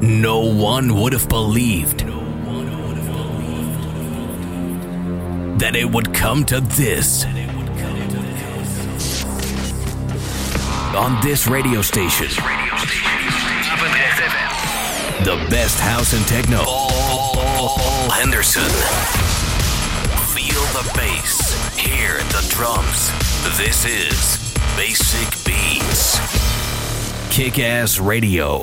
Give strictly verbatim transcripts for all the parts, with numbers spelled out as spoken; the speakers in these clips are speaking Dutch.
No one would have believed that it would come to this. On this radio station, the best house and techno. Paul Henderson. Feel the bass, hear the drums. This is Basic Beats. Kick-Ass Radio.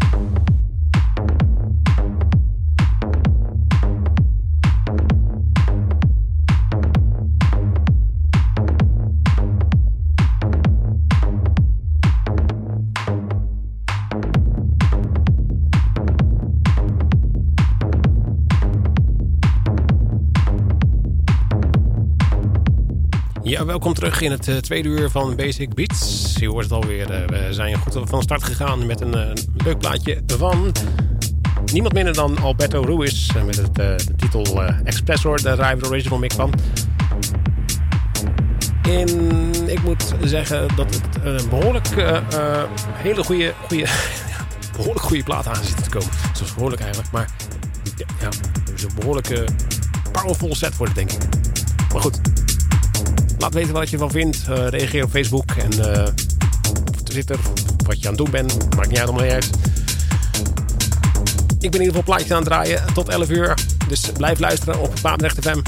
Ja, welkom terug in het uh, tweede uur van Basic Beats. Je hoort het alweer, uh, we zijn goed van start gegaan met een uh, leuk plaatje van niemand minder dan Alberto Ruiz. Uh, met het, uh, de titel uh, Expressor, daar draaien we de original mix van. En ik moet zeggen dat het een uh, behoorlijk uh, uh, hele goede, goede behoorlijk goede plaat aan zit te komen. Dat is behoorlijk eigenlijk, maar ja, het is een behoorlijke powerful set wordt het, denk ik. Maar goed. Laat weten wat je ervan vindt. Uh, reageer op Facebook en uh, op Twitter. Wat je aan het doen bent. Maakt niet uit, allemaal niet uit. Ik ben in ieder geval plaatjes aan het draaien tot elf uur. Dus blijf luisteren op Papendrecht F M.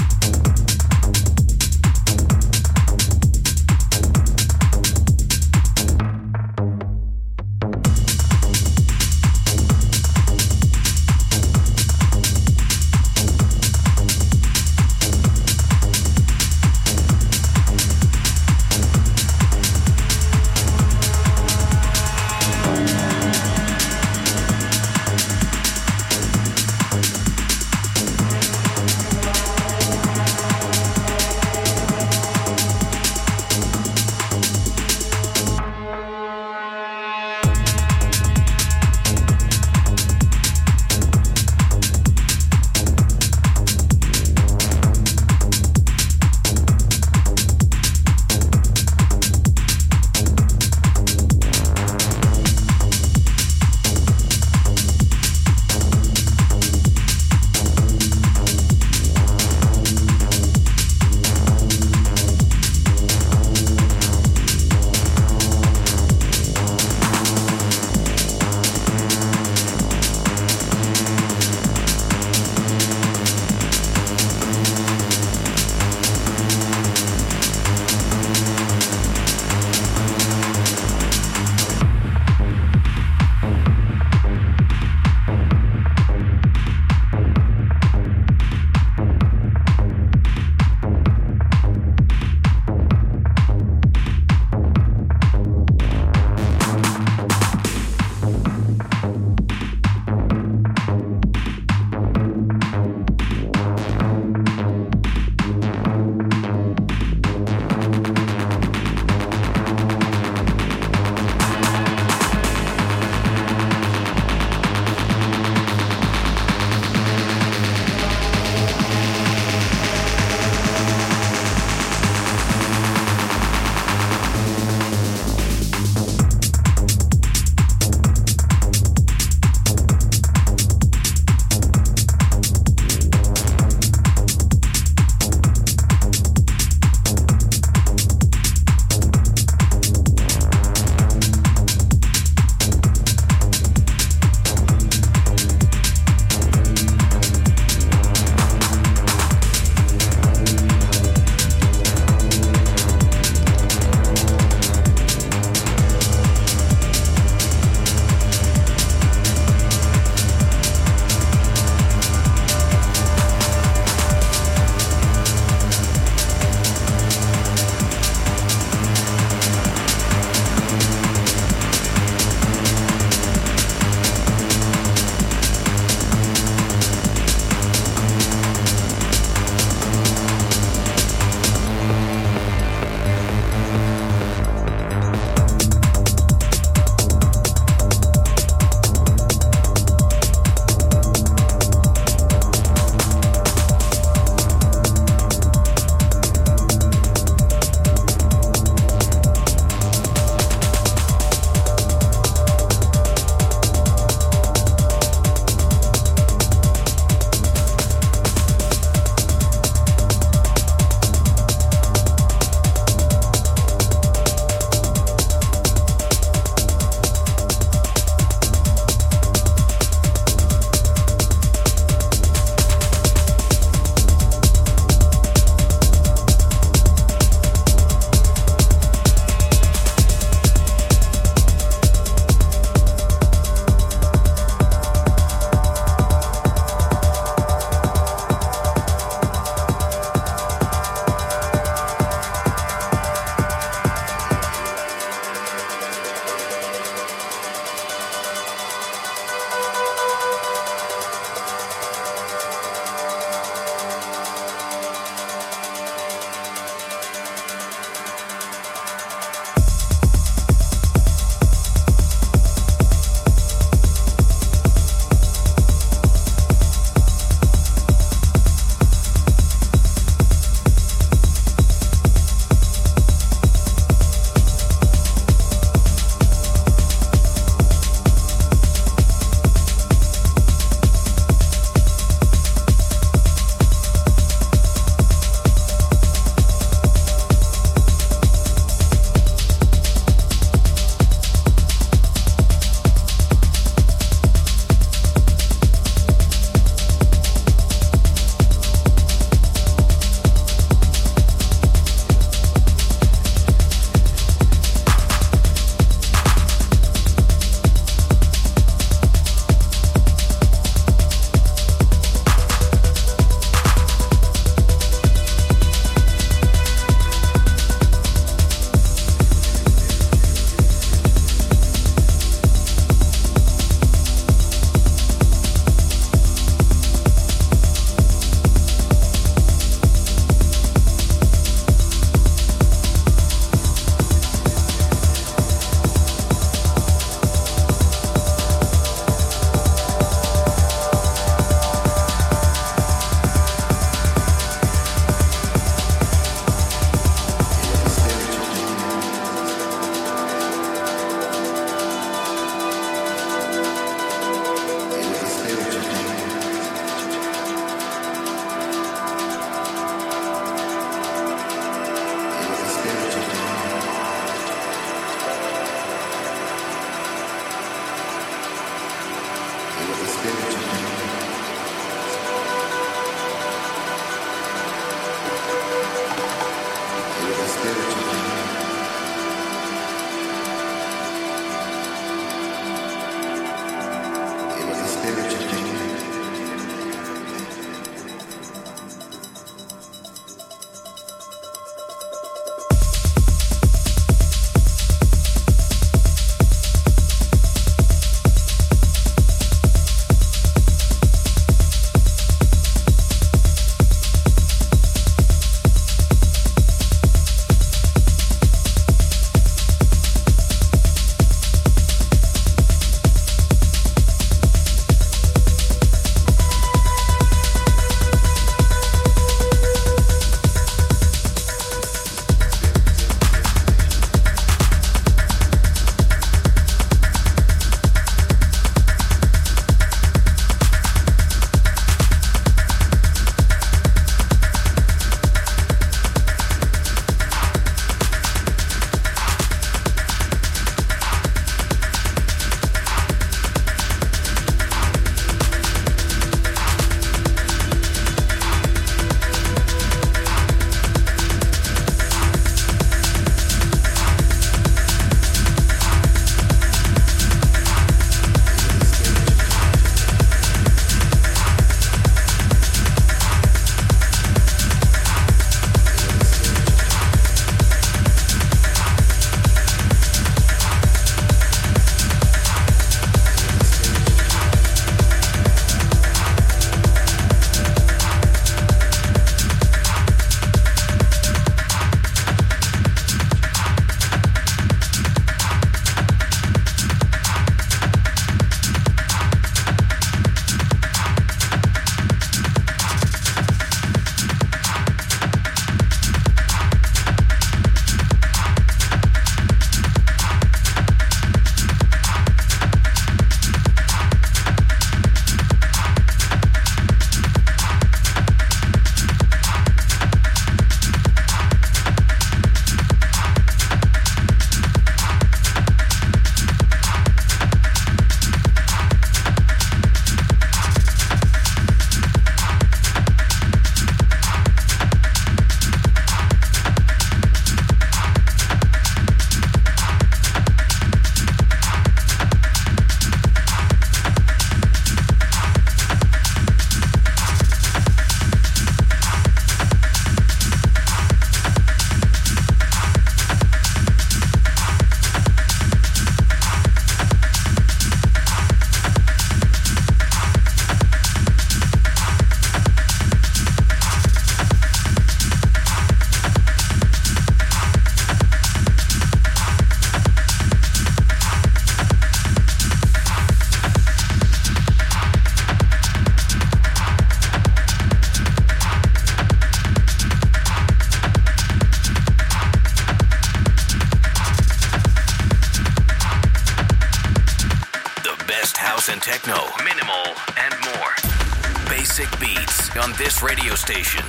house and techno, minimal and more. Basic beats on this radio station.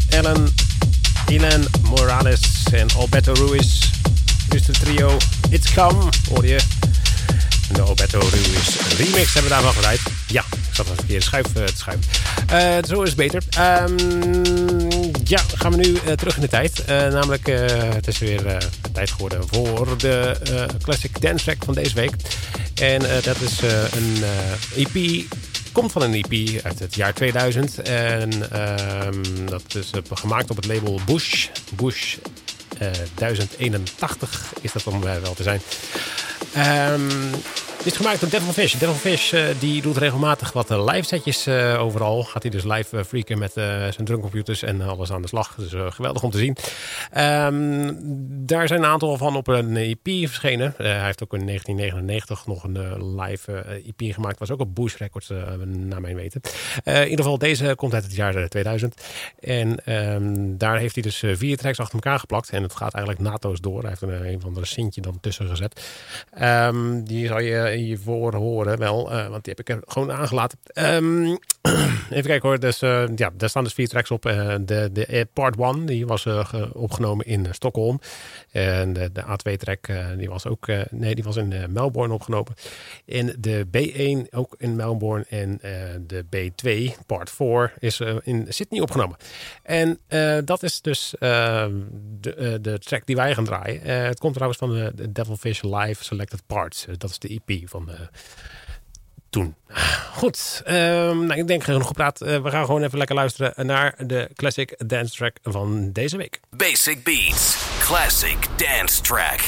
Ellen, Ilan Morales en Alberto Ruiz. Dus de trio It's Come, hoor je. En de Alberto Ruiz remix hebben we daarvan gedraaid. Ja, ik zat een verkeerde schuif uh, te schuiven. Uh, zo is het beter. Um, ja, gaan we nu uh, terug in de tijd. Uh, namelijk, uh, het is weer uh, tijd geworden voor de uh, Classic Dance Track van deze week. En uh, dat is uh, een uh, E P... Komt van een E P uit het jaar tweeduizend. En um, dat is uh, gemaakt op het label Bush. Bush uh, duizend eenentachtig is dat om uh, wel te zijn. Um, dit is gemaakt door Devilfish. Devilfish uh, die doet regelmatig wat uh, live setjes uh, overal. Gaat hij dus live uh, freaken met uh, zijn drumcomputers en alles aan de slag. Dus uh, geweldig om te zien. Um, daar zijn een aantal van op een E P verschenen. Uh, hij heeft ook in negentien negenennegentig nog een uh, live uh, E P gemaakt. Was ook op Bush Records, uh, naar mijn weten. Uh, in ieder geval, deze komt uit het jaar tweeduizend. En um, daar heeft hij dus uh, vier tracks achter elkaar geplakt. En het gaat eigenlijk naadloos door. Hij heeft een, een of andere sintje dan tussen gezet. Um, die zal je hiervoor horen wel, uh, want die heb ik er gewoon aangelaten. Um, even kijken hoor, dus, uh, ja, daar staan dus vier tracks op. Uh, de, de part one, die was uh, opgenomen in uh, Stockholm. En de, de A twee track, uh, die was ook, uh, nee, die was in uh, Melbourne opgenomen. En de B één ook in Melbourne. En uh, de B twee, part vier, is uh, in Sydney opgenomen. En uh, dat is dus uh, de, uh, de track die wij gaan draaien. Uh, het komt trouwens van de, de Devilfish Live Selected Parts. Uh, dat is de E P van uh, toen. Goed, uh, nou, ik denk genoeg gepraat. Uh, we gaan gewoon even lekker luisteren naar de Classic Dance Track van deze week. Basic Beats, Classic Dance Track.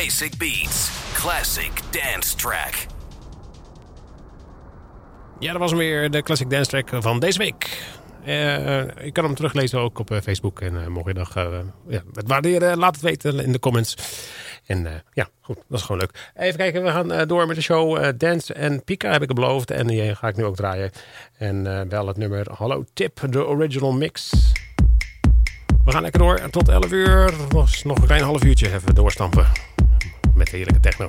Basic Beats, classic dance track. Ja, dat was hem weer, de classic dance track van deze week. Uh, je kan hem teruglezen ook op uh, Facebook. En uh, mocht je nog uh, ja, het waarderen, laat het weten in de comments. En uh, ja, goed, dat is gewoon leuk. Even kijken, we gaan uh, door met de show. Uh, Dance en Pika heb ik beloofd. En die ga ik nu ook draaien. En uh, wel het nummer Hallo Tip, de original mix. We gaan lekker door tot elf uur. Nog, nog een klein half uurtje even doorstampen. Met heerlijke techno.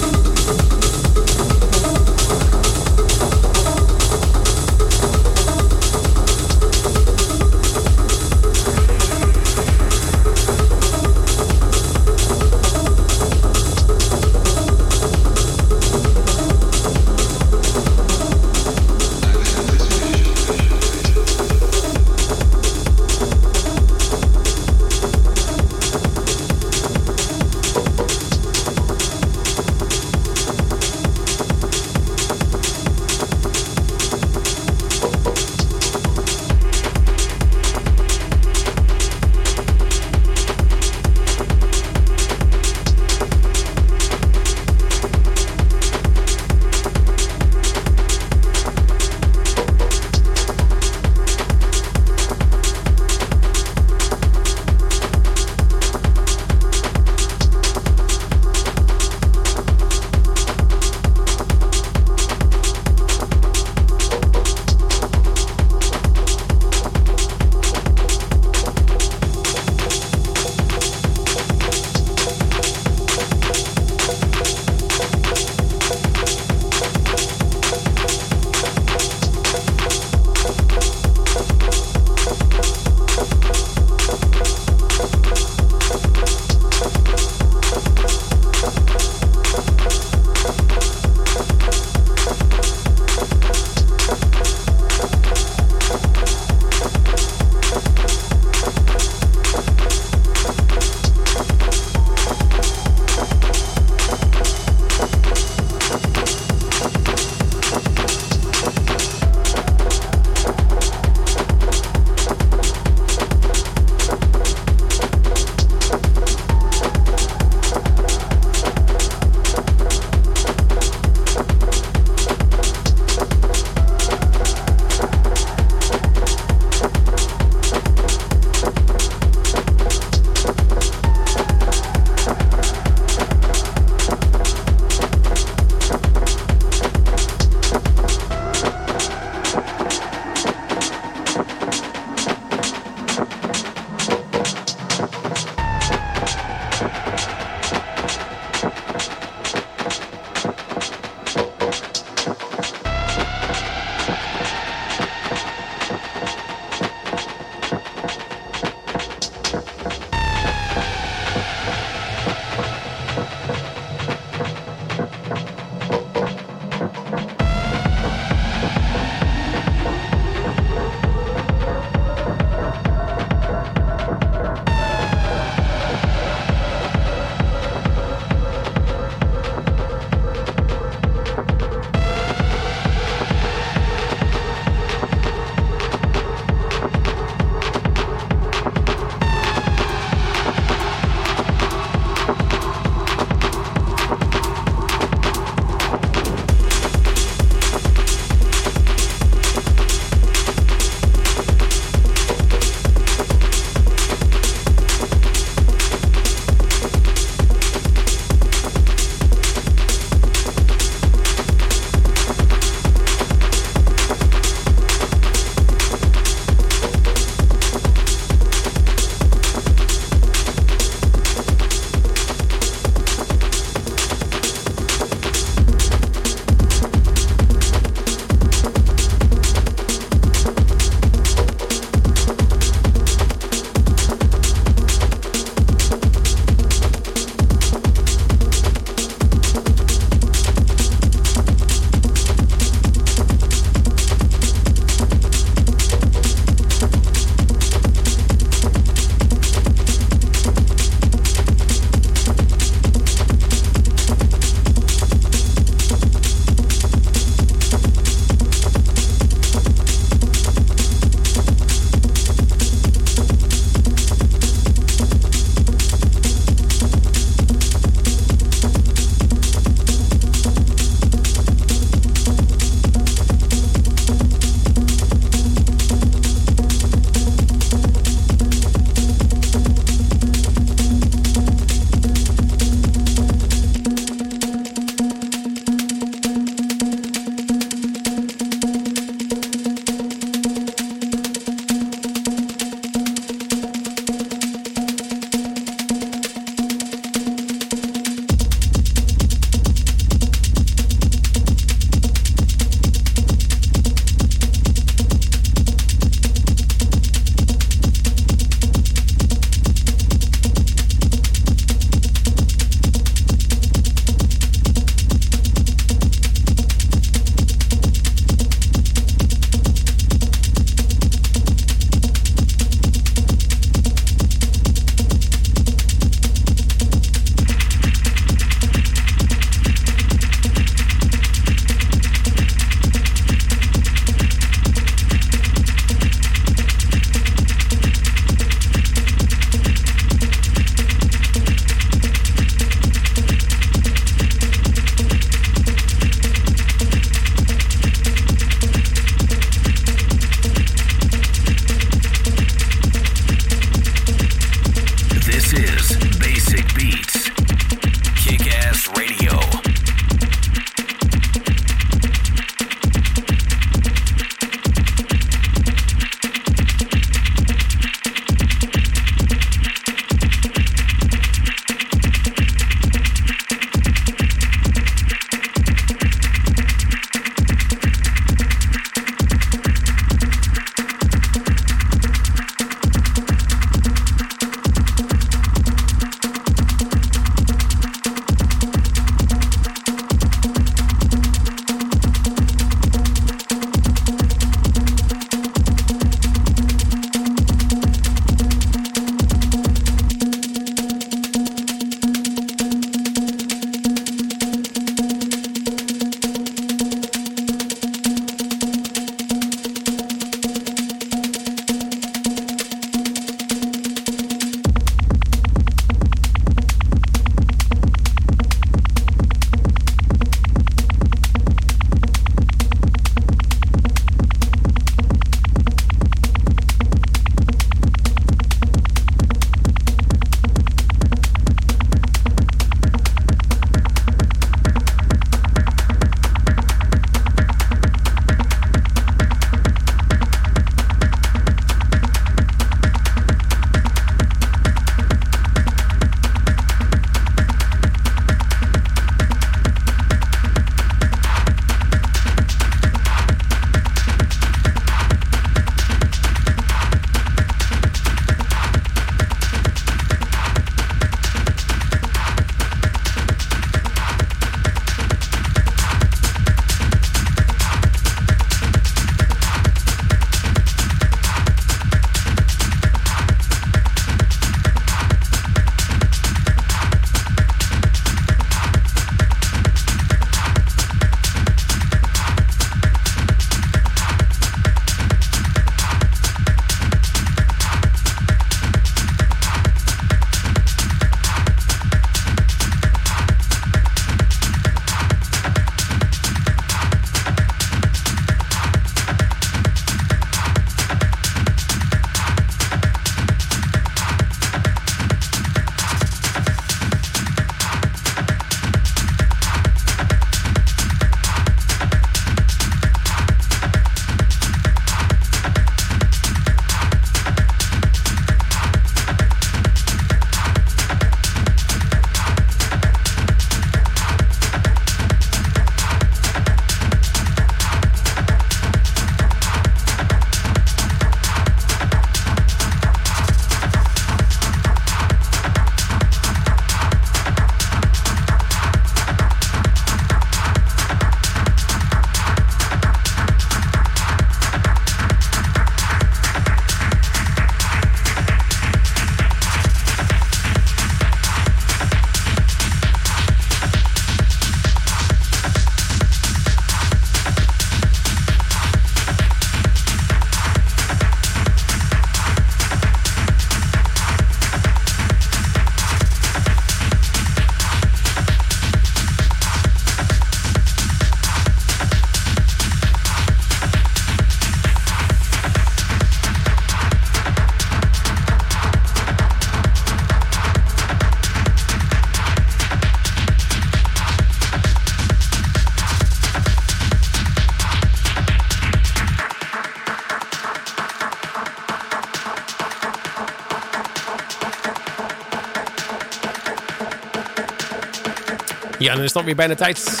Ja, dan is het alweer bijna tijd.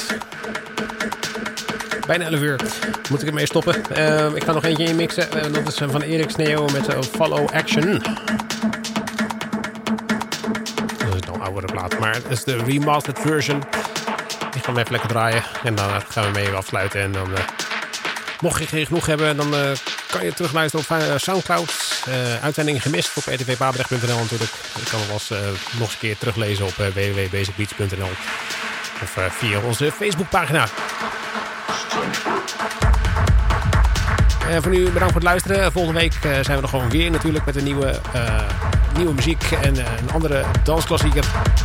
Bijna elf uur. Moet ik ermee stoppen. Uh, ik ga nog eentje inmixen. Uh, dat is uh, van Erik Sneo met uh, Follow Action. Dat is nog een oudere plaat. Maar het is de remastered version. Ik ga hem even lekker draaien. En dan uh, gaan we mee afsluiten. En dan, uh, mocht je geen genoeg hebben, dan uh, kan je terugluisteren op uh, Soundcloud. Uh, uitzendingen gemist op r t v papendrecht punt n l natuurlijk. Je kan het uh, nog eens een keer teruglezen op uh, w w w punt basic beats punt n l. Of uh, via onze Facebookpagina. Uh, voor nu bedankt voor het luisteren. Volgende week uh, zijn we er gewoon weer natuurlijk met een nieuwe, uh, nieuwe muziek en uh, een andere dansklassieker.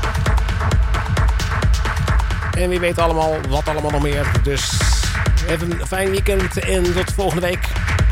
En wie weet allemaal wat allemaal nog meer. Dus even een fijn weekend en tot volgende week.